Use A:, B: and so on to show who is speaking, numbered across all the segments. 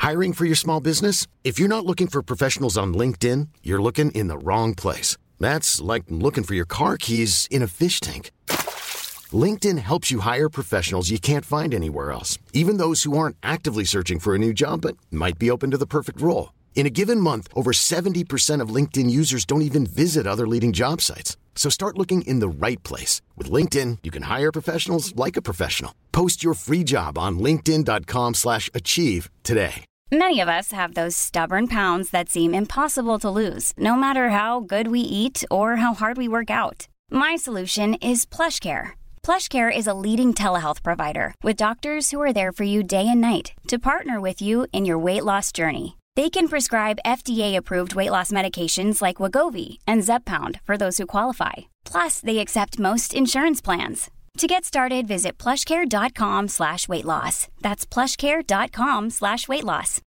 A: Hiring for your small business? If you're not looking for professionals on LinkedIn, you're looking in the wrong place. That's like looking for your car keys in a fish tank. LinkedIn helps you hire professionals you can't find anywhere else, even those who aren't actively searching for a new job but might be open to the perfect role. In a given month, over 70% of LinkedIn users don't even visit other leading job sites. So start looking in the right place. With LinkedIn, you can hire professionals like a professional. Post your free job on linkedin.com/achieve today.
B: Many of us have those stubborn pounds that seem impossible to lose, no matter how good we eat or how hard we work out. My solution is PlushCare. PlushCare is a leading telehealth provider with doctors who are there for you day and night to partner with you in your weight loss journey. They can prescribe FDA-approved weight loss medications like Wegovy and Zepbound for those who qualify. Plus, they accept most insurance plans. To get started, visit plushcare.com/weightloss. That's plushcare.com/weightloss.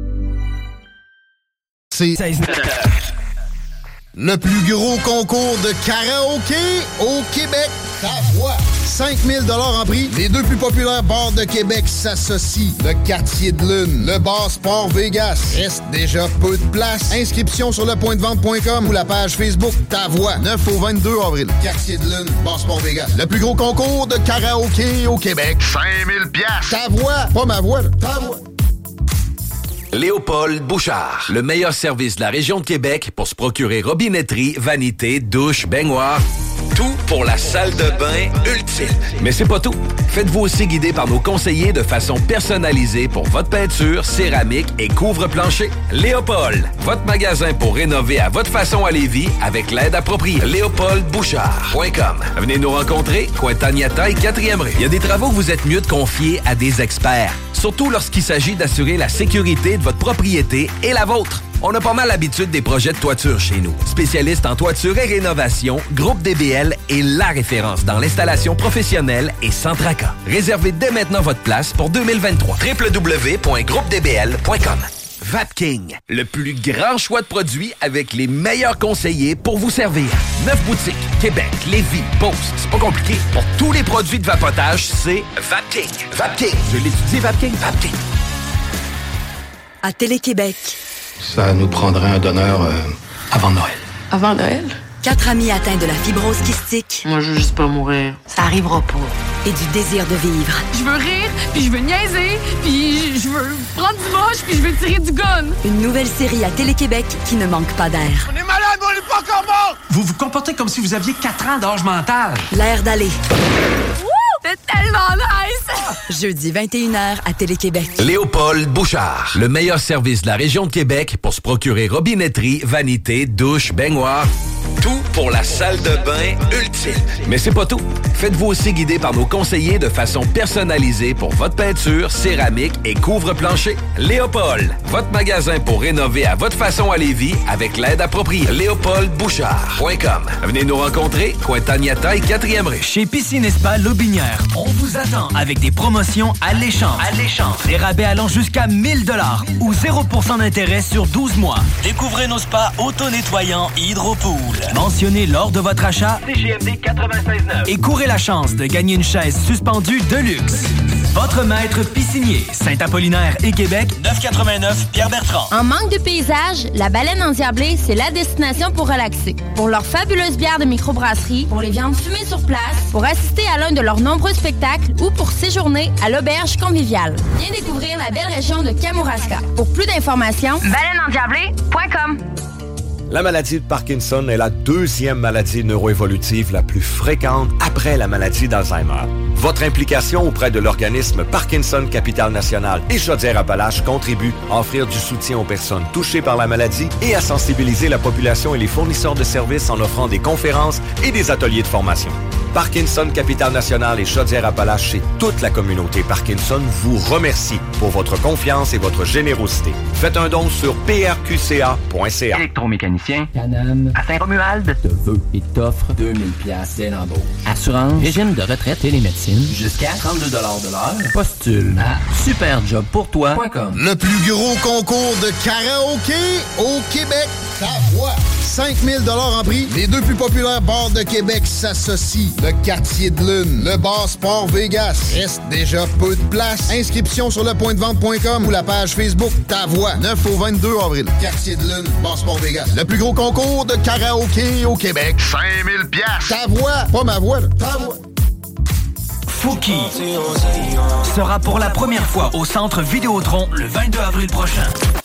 C: C'est le plus gros concours de karaoké au Québec. Ta voix. 5 000 $ en prix. Les deux plus populaires bars de Québec s'associent. Le Quartier de Lune, le bar Sport Vegas. Reste déjà peu de place. Inscription sur lepointdevente.com ou la page Facebook Ta Voix. 9 au 22 avril. Quartier de Lune, bar Sport Vegas. Le plus gros concours de karaoké au Québec. 5 000 $. Ta voix. Pas ma voix, là. Ta voix.
D: Léopold Bouchard, le meilleur service de la région de Québec pour se procurer robinetterie, vanité, douche, baignoire. Tout pour la salle de bain ultime. Mais c'est pas tout. Faites-vous aussi guider par nos conseillers de façon personnalisée pour votre peinture, céramique et couvre-plancher. Léopold, votre magasin pour rénover à votre façon à Lévis avec l'aide appropriée. LéopoldBouchard.com. Venez nous rencontrer, Cointagnata et 4e rue. Il y a des travaux que vous êtes mieux de confier à des experts. Surtout lorsqu'il s'agit d'assurer la sécurité de votre propriété et la vôtre. On a pas mal l'habitude des projets de toiture chez nous. Spécialiste en toiture et rénovation, Groupe DBL est la référence dans l'installation professionnelle et sans tracas. Réservez dès maintenant votre place pour 2023. www.groupedbl.com. Vapking, le plus grand choix de produits avec les meilleurs conseillers pour vous servir. 9 boutiques, Québec, Lévis, Beauce. C'est pas compliqué. Pour tous les produits de vapotage, c'est Vapking. Vapking. Je l'étudie, Vapking. Vapking.
E: À Télé-Québec.
F: Ça nous prendrait un donneur avant Noël.
G: Avant Noël?
E: 4 amis atteints de la fibrose kystique.
G: Moi, je veux juste pas mourir.
E: Ça arrivera pas. Et du désir de vivre.
G: Je veux rire, puis je veux niaiser, puis je veux prendre du moche, puis je veux tirer du gun.
E: Une nouvelle série à Télé-Québec qui ne manque pas d'air.
H: On est malade, on est pas encore mort!
I: Vous vous comportez comme si vous aviez 4 ans d'âge mental.
E: L'air d'aller.
G: C'est tellement nice!
E: Jeudi 21h à Télé-Québec.
D: Léopold Bouchard, le meilleur service de la région de Québec pour se procurer robinetterie, vanité, douche, baignoire. Tout pour la salle de bain ultime. Mais c'est pas tout. Faites-vous aussi guider par nos conseillers de façon personnalisée pour votre peinture, céramique et couvre-plancher. Léopold, votre magasin pour rénover à votre façon à Lévis avec l'aide appropriée. LéopoldBouchard.com. Venez nous rencontrer, Cointagnata et 4e rue.
J: Chez Piscine et Spa Lobinière, on vous attend avec des promotions alléchantes. Des rabais allant jusqu'à 1 000 $ ou 0% d'intérêt sur 12 mois. Découvrez nos spas auto-nettoyants Hydropool. Mentionnez lors de votre achat CGMD 96.9 et courez la chance de gagner une chaise suspendue de luxe. Votre maître piscinier, Saint-Apollinaire et Québec, 989 Pierre-Bertrand.
K: En manque de paysage, la Baleine Endiablée, c'est la destination pour relaxer. Pour leurs fabuleuses bières de microbrasserie, pour les viandes fumées sur place, pour assister à l'un de leurs nombreux spectacles ou pour séjourner à l'auberge conviviale. Viens découvrir la belle région de Kamouraska. Pour plus d'informations, baleineendiablée.com.
L: La maladie de Parkinson est la 2e maladie neuroévolutive la plus fréquente après la maladie d'Alzheimer. Votre implication auprès de l'organisme Parkinson Capital National et Chaudière-Appalaches contribue à offrir du soutien aux personnes touchées par la maladie et à sensibiliser la population et les fournisseurs de services en offrant des conférences et des ateliers de formation. Parkinson Capital National et Chaudière-Appalaches et toute la communauté Parkinson vous remercie pour votre confiance et votre générosité. Faites un don sur prqca.ca.
M: Électromécanicien, Can-Am, à Saint-Romuald, te veut et t'offre 2000$ dès l'embauche. Assurance, régime de retraite et les médecines, jusqu'à 32$ de l'heure. Postule à superjobpourtoi.com.
C: Le plus gros concours de karaoké au Québec. Ta voix. 5 000 en prix. Les deux plus populaires bars de Québec s'associent. Le Quartier de Lune, le bar Sport Vegas. Reste déjà peu de place. Inscription sur lepointdevente.com ou la page Facebook Ta Voix. 9 au 22 avril. Quartier de Lune, bar Sport Vegas. Le plus gros concours de karaoké au Québec. 5 000 $. Ta Voix, pas ma voix, là. Ta Voix.
J: Fouki sera pour la première fois au Centre Vidéotron le 22 avril prochain.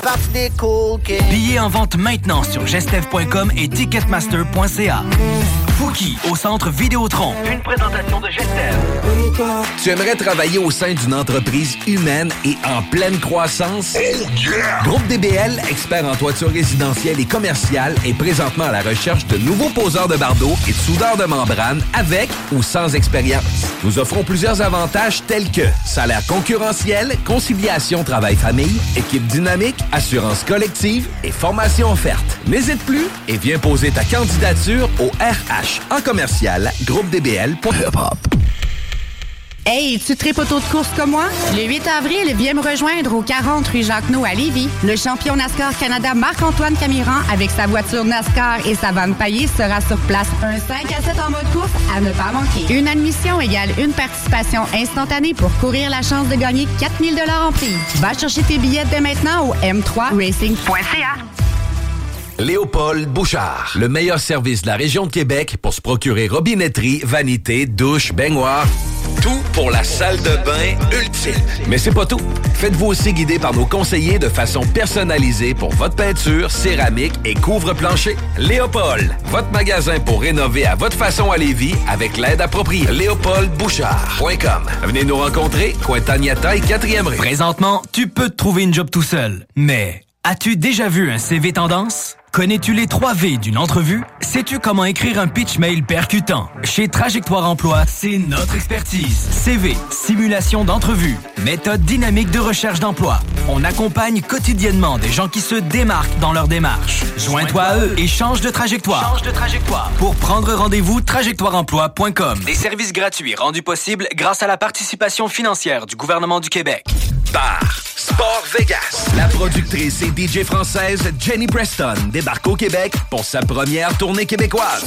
J: Billets en vente maintenant sur gestev.com et ticketmaster.ca. Fouki au Centre Vidéotron. Une présentation de Gestev.
D: Tu aimerais travailler au sein d'une entreprise humaine et en pleine croissance? Oh yeah! Groupe DBL, expert en toiture résidentielle et commerciale, est présentement à la recherche de nouveaux poseurs de bardeaux et de soudeurs de membrane avec ou sans expérience. Nous offrons plusieurs avantages tels que salaire concurrentiel, conciliation travail-famille, équipe dynamique, assurance collective et formation offerte. N'hésite plus et viens poser ta candidature au RH en commercial groupedbl.hip-hop.
N: Hey, tu tripes auto de course comme moi? Le 8 avril, viens me rejoindre au 40 rue Jacques-No à Lévis. Le champion NASCAR Canada Marc-Antoine Camiran, avec sa voiture NASCAR et sa vanne paillée, sera sur place. Un 5 à 7 en mode course à ne pas manquer. Une admission égale une participation instantanée pour courir la chance de gagner 4 000 $ en prix. Va chercher tes billets dès maintenant au m3racing.ca.
D: Léopold Bouchard, le meilleur service de la région de Québec pour se procurer robinetterie, vanité, douche, baignoire. Tout pour la salle de bain ultime. Mais c'est pas tout. Faites-vous aussi guider par nos conseillers de façon personnalisée pour votre peinture, céramique et couvre-plancher. Léopold, votre magasin pour rénover à votre façon à Lévis avec l'aide appropriée. LéopoldBouchard.com. Venez nous rencontrer, Cointagnata et 4e rue.
J: Présentement, tu peux te trouver une job tout seul. Mais as-tu déjà vu un CV tendance? Connais-tu les 3 V d'une entrevue? Sais-tu comment écrire un pitch mail percutant? Chez Trajectoire Emploi, c'est notre expertise. CV, simulation d'entrevue, méthode dynamique de recherche d'emploi. On accompagne quotidiennement des gens qui se démarquent dans leur démarche. Joins-toi à eux et change de trajectoire. Pour prendre rendez-vous, trajectoireemploi.com. Des services gratuits rendus possibles grâce à la participation financière du gouvernement du Québec.
D: Bar Sport Vegas. La productrice et DJ française Jenny Preston débarque au Québec pour sa première tournée québécoise.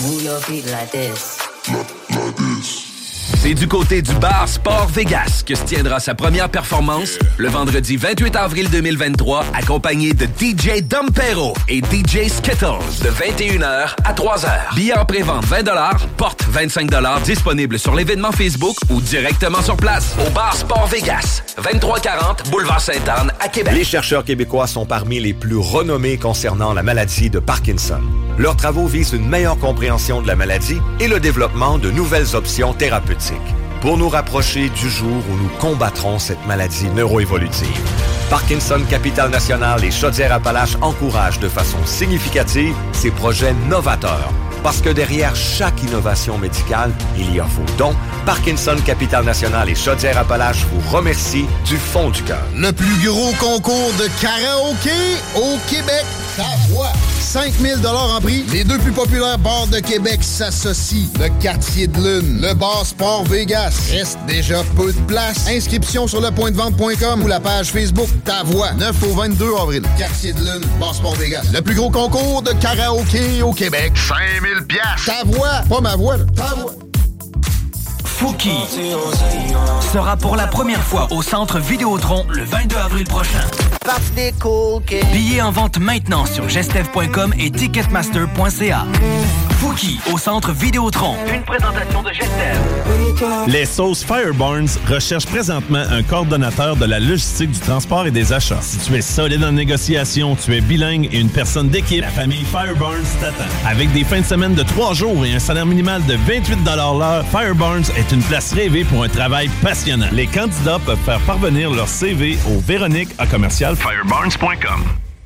D: C'est du côté du bar Sport Vegas que se tiendra sa première performance le vendredi 28 avril 2023, accompagné de DJ Dompero et DJ Skittles de 21h à 3h. Billets en pré-vente 20 $, porte 25 $, disponible sur l'événement Facebook ou directement sur place au bar Sport Vegas, 2340 Boulevard Sainte-Anne à Québec.
L: Les chercheurs québécois sont parmi les plus renommés concernant la maladie de Parkinson. Leurs travaux visent une meilleure compréhension de la maladie et le développement de nouvelles options thérapeutiques pour nous rapprocher du jour où nous combattrons cette maladie neuroévolutive. Parkinson Capital National et Chaudière-Appalaches encouragent de façon significative ces projets novateurs. Parce que derrière chaque innovation médicale, il y a vos dons. Parkinson Capital National et Chaudière-Appalaches vous remercient du fond du cœur.
C: Le plus gros concours de karaoké au Québec. Ta Voix. 5 000 en prix. Les deux plus populaires bars de Québec s'associent. Le Quartier de Lune, le bar Sport Vegas. Reste déjà peu de place. Inscription sur lepointdevente.com ou la page Facebook Ta Voix. 9 au 22 avril. Quartier de Lune, bar Sport Vegas. Le plus gros concours de karaoké au Québec. 5 000 $. Ta Voix, pas ma voix, là. Ta Voix.
J: Fouki sera pour la première fois au Centre Vidéotron le 22 avril prochain. Billets en vente maintenant sur gestev.com et ticketmaster.ca. Fouki au Centre Vidéotron. Une présentation de Gestev.
O: Les sauces Firebarns recherchent présentement un coordonnateur de la logistique du transport et des achats. Si tu es solide en négociation, tu es bilingue et une personne d'équipe, la famille Firebarns t'attend. Avec des fins de semaine de 3 jours et un salaire minimal de 28 $ l'heure, Firebarns est une place rêvée pour un travail passionnant. Les candidats peuvent faire parvenir leur CV au Véronique@firebarns.com.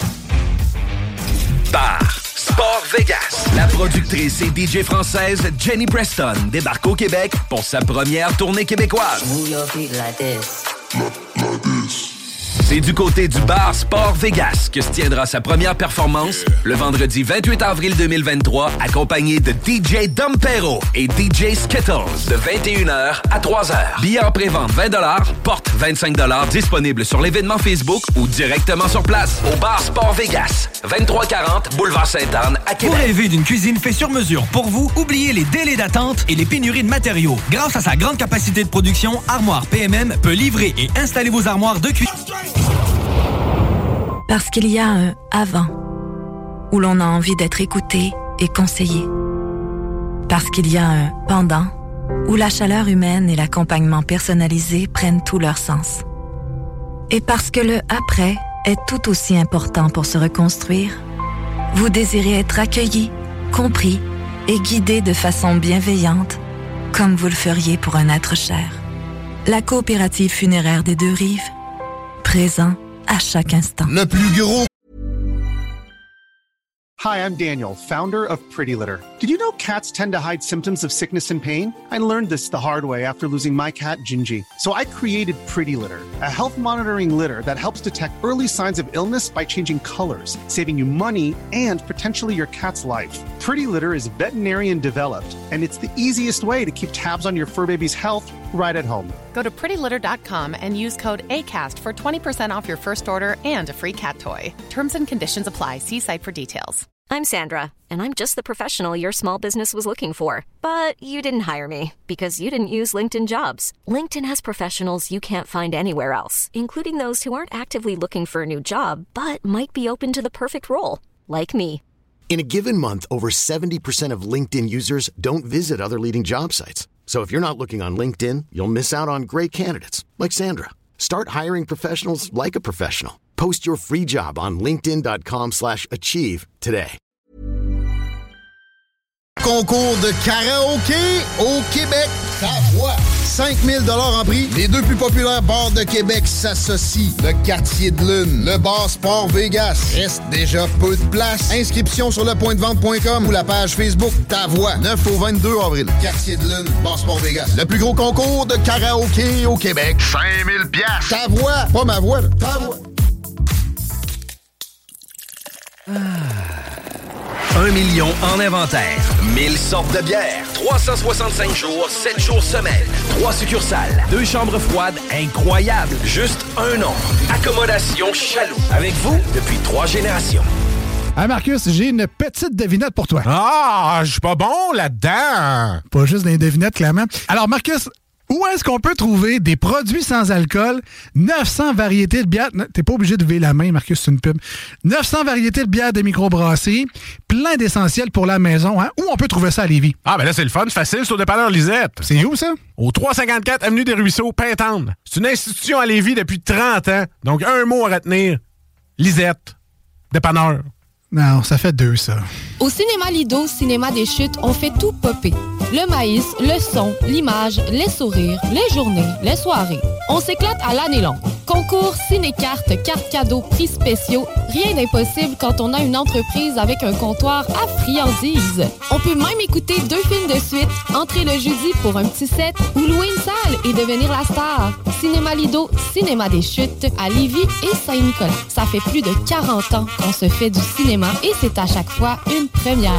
D: Bar Sport Vegas. La productrice et DJ française Jenny Preston débarque au Québec pour sa première tournée québécoise. C'est du côté du bar Sport Vegas que se tiendra sa première performance le vendredi 28 avril 2023, accompagné de DJ Dompero et DJ Skittles de 21h à 3h. Billets en pré-vente 20 $, porte 25 $, disponible sur l'événement Facebook ou directement sur place au bar Sport Vegas, 2340 Boulevard Sainte-Anne à Québec.
J: Pour rêver d'une cuisine faite sur mesure pour vous, oubliez les délais d'attente et les pénuries de matériaux. Grâce à sa grande capacité de production, Armoire PMM peut livrer et installer vos armoires de cuisine.
P: Parce qu'il y a un avant, où l'on a envie d'être écouté et conseillé. Parce qu'il y a un pendant, où la chaleur humaine et l'accompagnement personnalisé prennent tout leur sens. Et parce que le après est tout aussi important pour se reconstruire, vous désirez être accueilli, compris et guidé de façon bienveillante, comme vous le feriez pour un être cher. La coopérative funéraire des Deux-Rives, présent à chaque instant.
C: Le plus gros.
Q: Hi, I'm Daniel, founder of Pretty Litter. Did you know cats tend to hide symptoms of sickness and pain? I learned this the hard way after losing my cat, Gingy. So I created Pretty Litter, a health monitoring litter that helps detect early signs of illness by changing colors, saving you money and potentially your cat's life. Pretty Litter is veterinarian developed, and it's the easiest way to keep tabs on your fur baby's health right at home.
R: Go to prettylitter.com and use code ACAST for 20% off your first order and a free cat toy. Terms and conditions apply. See site for details.
S: I'm Sandra, and I'm just the professional your small business was looking for. But you didn't hire me because you didn't use LinkedIn Jobs. LinkedIn has professionals you can't find anywhere else, including those who aren't actively looking for a new job, but might be open to the perfect role, like me.
A: In a given month, over 70% of LinkedIn users don't visit other leading job sites. So if you're not looking on LinkedIn, you'll miss out on great candidates like Sandra. Start hiring professionals like a professional. Post your free job on linkedin.com/achieve today.
C: Concours de karaoké au Québec. Ta voix. 5 000 $ en prix. Les deux plus populaires bars de Québec s'associent. Le Quartier de Lune, le bar Sport Vegas. Reste déjà peu de place. Inscription sur lepointdevente.com ou la page Facebook Ta Voix. 9 au 22 avril. Quartier de Lune, bar Sport Vegas. Le plus gros concours de karaoké au Québec. 5 000 $. Ta voix. Pas ma voix, là. Ta voix.
D: 1 million en inventaire. 1000 sortes de bières. 365 jours, 7 jours semaine. 3 succursales. 2 chambres froides incroyables. Juste un nom. Accommodation Chaloux. Avec vous depuis 3 générations.
T: Ah Marcus, j'ai une petite devinette pour toi.
U: Ah, je suis pas bon là-dedans.
T: Pas juste des devinettes, clairement. Alors Marcus, où est-ce qu'on peut trouver des produits sans alcool, 900 variétés de bières... T'es pas obligé de lever la main, Marcus, c'est une pub. 900 variétés de bières de microbrasserie, plein d'essentiels pour la maison. Hein? Où on peut trouver ça à Lévis?
U: Ah, ben là, c'est le fun, facile, c'est au dépanneur Lisette.
T: C'est où, ça?
U: Au 354 Avenue des Ruisseaux, Pintendre. C'est une institution à Lévis depuis 30 ans. Donc, un mot à retenir. Lisette. Dépanneur.
T: Non, ça fait 2, ça.
K: Au Cinéma Lido, Cinéma des Chutes, on fait tout popper. Le maïs, le son, l'image, les sourires, les journées, les soirées. On s'éclate à l'année longue. Concours, ciné-cartes, cartes cadeaux, prix spéciaux. Rien d'impossible quand on a une entreprise avec un comptoir à friandises. On peut même écouter 2 films de suite, entrer le jeudi pour un petit set ou louer une salle et devenir la star. Cinéma Lido, Cinéma des Chutes, à Lévis et Saint-Nicolas. Ça fait plus de 40 ans qu'on se fait du cinéma et c'est à chaque fois une première.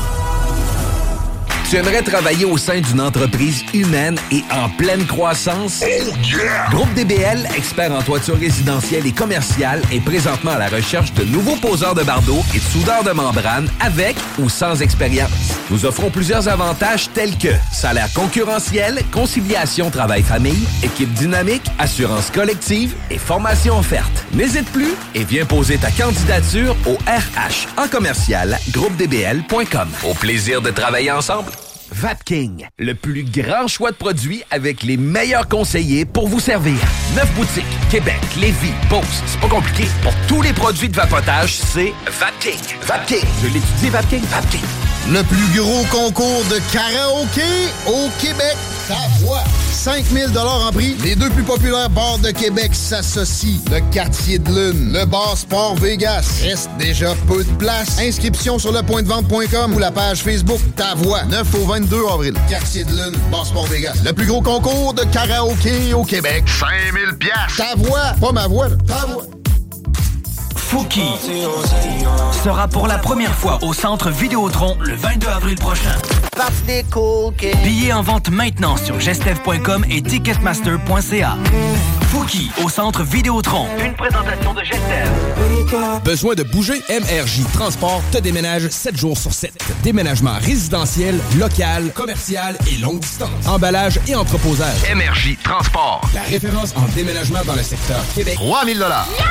D: Tu aimerais travailler au sein d'une entreprise humaine et en pleine croissance? Oh yeah! Groupe DBL, expert en toiture résidentielle et commerciale, est présentement à la recherche de nouveaux poseurs de bardeaux et de soudeurs de membrane avec ou sans expérience. Nous offrons plusieurs avantages tels que salaire concurrentiel, conciliation travail-famille, équipe dynamique, assurance collective et formation offerte. N'hésite plus et viens poser ta candidature au RH en commercial groupedbl.com. Au plaisir de travailler ensemble. Vapking, le plus grand choix de produits avec les meilleurs conseillers pour vous servir. 9 boutiques, Québec, Lévis, Beauce. C'est pas compliqué. Pour tous les produits de vapotage, c'est Vapking. Vapking. Je l'étudie, Vapking. Vapking.
C: Le plus gros concours de karaoké au Québec. Ta voix. 5 000 en prix. Les deux plus populaires bars de Québec s'associent. Le Quartier de Lune, le bar Sport Vegas. Reste déjà peu de place. Inscription sur lepointdevente.com ou la page Facebook Ta Voix. 9 au 22 avril. Quartier de Lune, bar Sport Vegas. Le plus gros concours de karaoké au Québec. 5 000 $. Ta voix. Pas ma voix, là. Ta voix.
J: Fouki sera pour la première fois au Centre Vidéotron le 22 avril prochain. Billets en vente maintenant sur gestev.com et ticketmaster.ca. Fouki au Centre Vidéotron. Une présentation de Gestev.
B: Besoin de bouger? MRJ Transport te déménage 7 jours sur 7. Déménagement résidentiel, local, commercial et longue distance. Emballage et entreposage.
D: MRJ Transport.
B: La référence en déménagement dans le secteur Québec.
D: 3 000 $.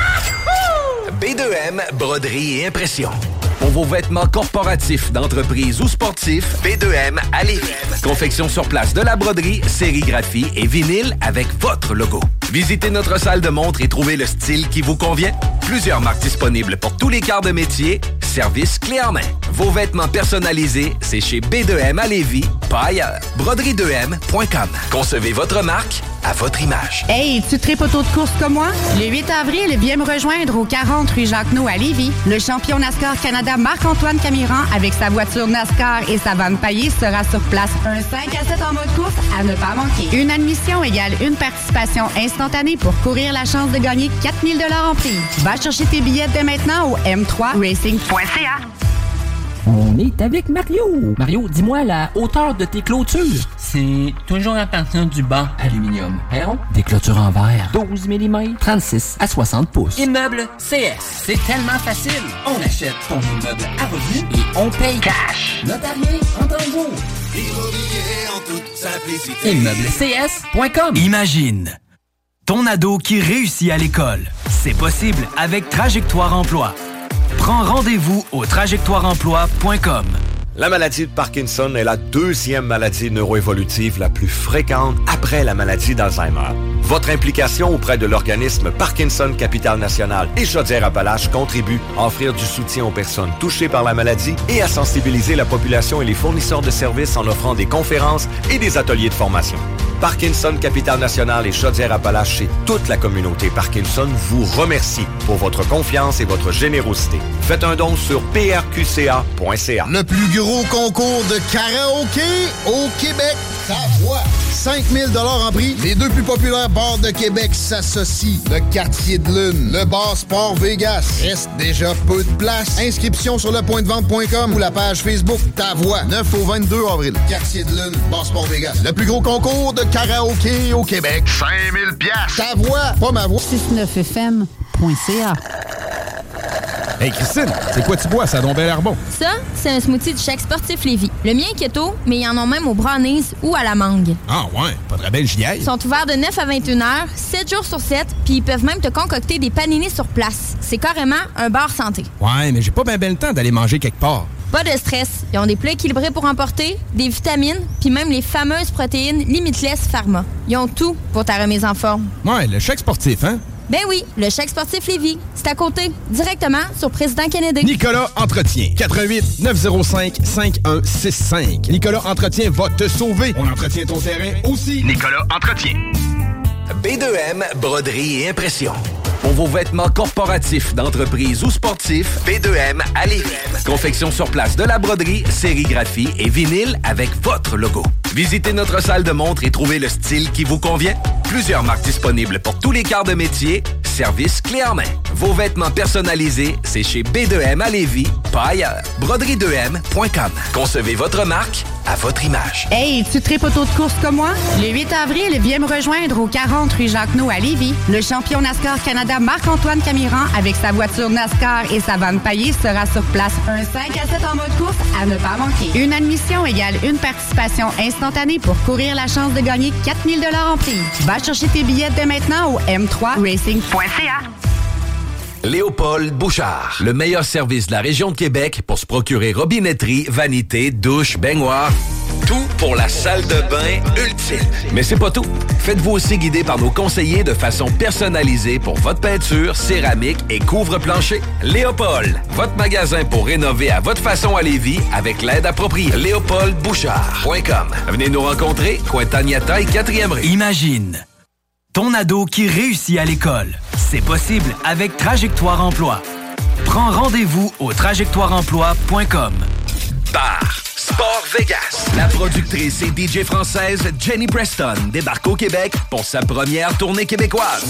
D: B2M, broderie et impression. Pour vos vêtements corporatifs, d'entreprise ou sportifs, B2M à Lévis. Confection sur place de la broderie, sérigraphie et vinyle avec votre logo. Visitez notre salle de montre et trouvez le style qui vous convient. Plusieurs marques disponibles pour tous les quarts de métier. Service clé en main. Vos vêtements personnalisés, c'est chez B2M à Lévis, pas ailleurs. Broderie2M.com. Concevez votre marque à votre image.
N: Hey, tu tripes auto de course comme moi? Le 8 avril, viens me rejoindre au 40 rue Jacques-No à Lévis. Le champion NASCAR Canada Marc-Antoine Camiran, avec sa voiture NASCAR et sa vanne paillée, sera sur place. Un 5 à 7 en mode course à ne pas manquer. Une admission égale une participation instantanée pour courir la chance de gagner 4 000 $ en prix. Va chercher tes billets dès maintenant au m3racing.ca.
M: On est avec Mario. Mario, dis-moi la hauteur de tes clôtures. C'est toujours à partir du bas. Aluminium. Perron. Des clôtures en verre. 12 mm. 36 à 60 pouces. Immeuble CS. C'est tellement facile. On achète ton immeuble à revenu et on paye cash. Notarié en temps de jour. Immobilier en toute simplicité. ImmeubleCS.com.
J: Imagine ton ado qui réussit à l'école. C'est possible avec Trajectoire Emploi. Prends rendez-vous au trajectoireemploi.com.
L: La maladie de Parkinson est la deuxième maladie neuroévolutive la plus fréquente après la maladie d'Alzheimer. Votre implication auprès de l'organisme Parkinson Capital National et Chaudière-Appalaches contribue à offrir du soutien aux personnes touchées par la maladie et à sensibiliser la population et les fournisseurs de services en offrant des conférences et des ateliers de formation. Parkinson Capital National et Chaudière-Appalaches et toute la communauté Parkinson vous remercie pour votre confiance et votre générosité. Faites un don sur prqca.ca.
C: Le plus gros concours de karaoké au Québec. Ta voix. 5 000 en prix. Les deux plus populaires bars de Québec s'associent. Le Quartier de Lune, le bar Sport Vegas. Reste déjà peu de place. Inscription sur lepointdevente.com ou la page Facebook Ta Voix. 9 au 22 avril. Quartier de Lune, bar Sport Vegas. Le plus gros concours de karaoké au Québec. 5 000 $. Ta voix, pas ma voix.
N: 69fm.ca.
B: Hey Christine, c'est quoi tu bois? Ça a donc bien l'air bon.
K: Ça, c'est un smoothie du Chèque Sportif Lévis. Le mien est keto, mais ils en ont même au brownies ou à la mangue.
B: Ah ouais, pas de rabais, j'y aille.
K: Ils sont ouverts de 9 à 21 heures, 7 jours sur 7, puis ils peuvent même te concocter des paninis sur place. C'est carrément un bar santé.
B: Ouais, mais j'ai pas bien le temps d'aller manger quelque part.
K: Pas de stress. Ils ont des plats équilibrés pour emporter, des vitamines, puis même les fameuses protéines Limitless Pharma. Ils ont tout pour ta remise en forme.
B: Ouais, le Chèque Sportif, hein?
K: Ben oui, le Chèque Sportif Lévis. C'est à côté, directement sur Président Kennedy.
B: Nicolas Entretien. 88 905 5165. Nicolas Entretien va te sauver. On entretient ton terrain aussi.
D: Nicolas Entretien. B2M, broderie et impression. Pour vos vêtements corporatifs, d'entreprise ou sportifs, B2M à Lévis. Confection sur place de la broderie, sérigraphie et vinyle avec votre logo. Visitez notre salle de montre et trouvez le style qui vous convient. Plusieurs marques disponibles pour tous les quarts de métier. Service clé en main. Vos vêtements personnalisés, c'est chez B2M à Lévis, pas ailleurs. Broderie2M.com. Concevez votre marque à votre image.
N: Hey, tu tripes auto de course comme moi? Le 8 avril, viens me rejoindre au 40 rue Jacques-No à Lévis. Le champion NASCAR Canada Marc-Antoine Camiran, avec sa voiture NASCAR et sa vanne paillée, sera sur place. Un 5 à 7 en mode course à ne pas manquer. Une admission égale une participation instantanée pour courir la chance de gagner 4 000 $ en prix. Va chercher tes billets dès maintenant au m3racing.ca.
D: Léopold Bouchard, le meilleur service de la région de Québec pour se procurer robinetterie, vanité, douche, baignoire, Tout pour la salle de bain ultime. Mais c'est pas tout. Faites-vous aussi guider par nos conseillers de façon personnalisée pour votre peinture, céramique et couvre-plancher. Léopold, votre magasin pour rénover à votre façon à Lévis avec l'aide appropriée. LéopoldBouchard.com. Venez nous rencontrer, Cointagnata et 4e rue.
J: Imagine ton ado qui réussit à l'école. C'est possible avec Trajectoire Emploi. Prends rendez-vous au trajectoireemploi.com.
D: Bar Sport Vegas. La productrice et DJ française Jenny Preston débarque au Québec pour sa première tournée québécoise.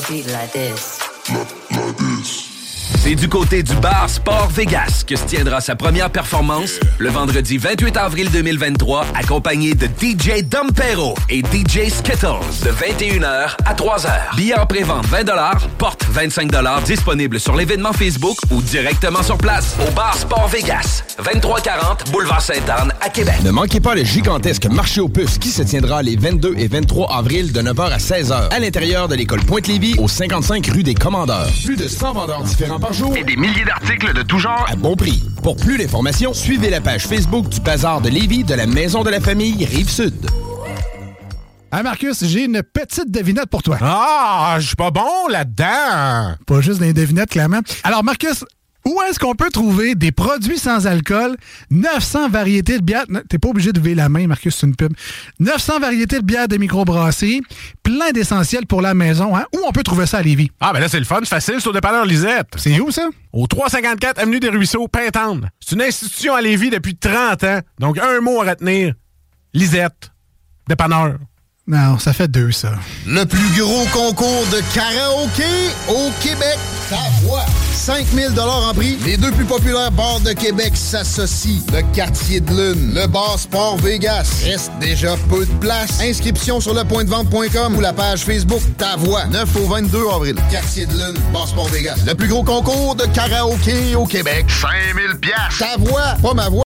D: C'est du côté du bar Sport Vegas que se tiendra sa première performance le vendredi 28 avril 2023, accompagné de DJ Dompero et DJ Skittles de 21h à 3h. Billets en pré-vente 20 $, porte 25 $, disponible sur l'événement Facebook ou directement sur place au bar Sport Vegas, 2340 Boulevard Sainte-Anne à Québec.
B: Ne manquez pas le gigantesque marché aux puces qui se tiendra les 22 et 23 avril de 9h à 16h à l'intérieur de l'école Pointe-Lévis au 55 rue des Commandeurs. Plus de 100 vendeurs différents par jour
F: et des milliers d'articles de tout genre
B: à bon prix. Pour plus d'informations, suivez la page Facebook du Bazar de Lévis de la Maison de la Famille Rive-Sud.
T: Ah Marcus, j'ai une petite devinette pour toi.
U: Ah, je suis pas bon là-dedans.
T: Pas juste des devinettes, clairement. Alors Marcus, où est-ce qu'on peut trouver des produits sans alcool, 900 variétés de bières... T'es pas obligé de lever la main, Marcus, c'est une pub. 900 variétés de bières de microbrasserie, plein d'essentiels pour la maison. Hein? Où on peut trouver ça à Lévis?
U: Ah, ben là, c'est le fun, facile, c'est au dépanneur Lisette.
T: C'est où, ça?
U: Au 354 Avenue des Ruisseaux, Pintendre. C'est une institution à Lévis depuis 30 ans. Donc, un mot à retenir. Lisette. Dépanneur.
T: Non, ça fait 2, ça.
C: Le plus gros concours de karaoké au Québec. Ta voix. 5 000 en prix. Les deux plus populaires bars de Québec s'associent. Le Quartier de Lune, le bar Sport Vegas. Reste déjà peu de place. Inscription sur lepointdevente.com ou la page Facebook Ta Voix. 9 au 22 avril. Quartier de Lune, bar Sport Vegas. Le plus gros concours de karaoké au Québec.
F: 5 000 $.
C: Ta voix, pas ma voix.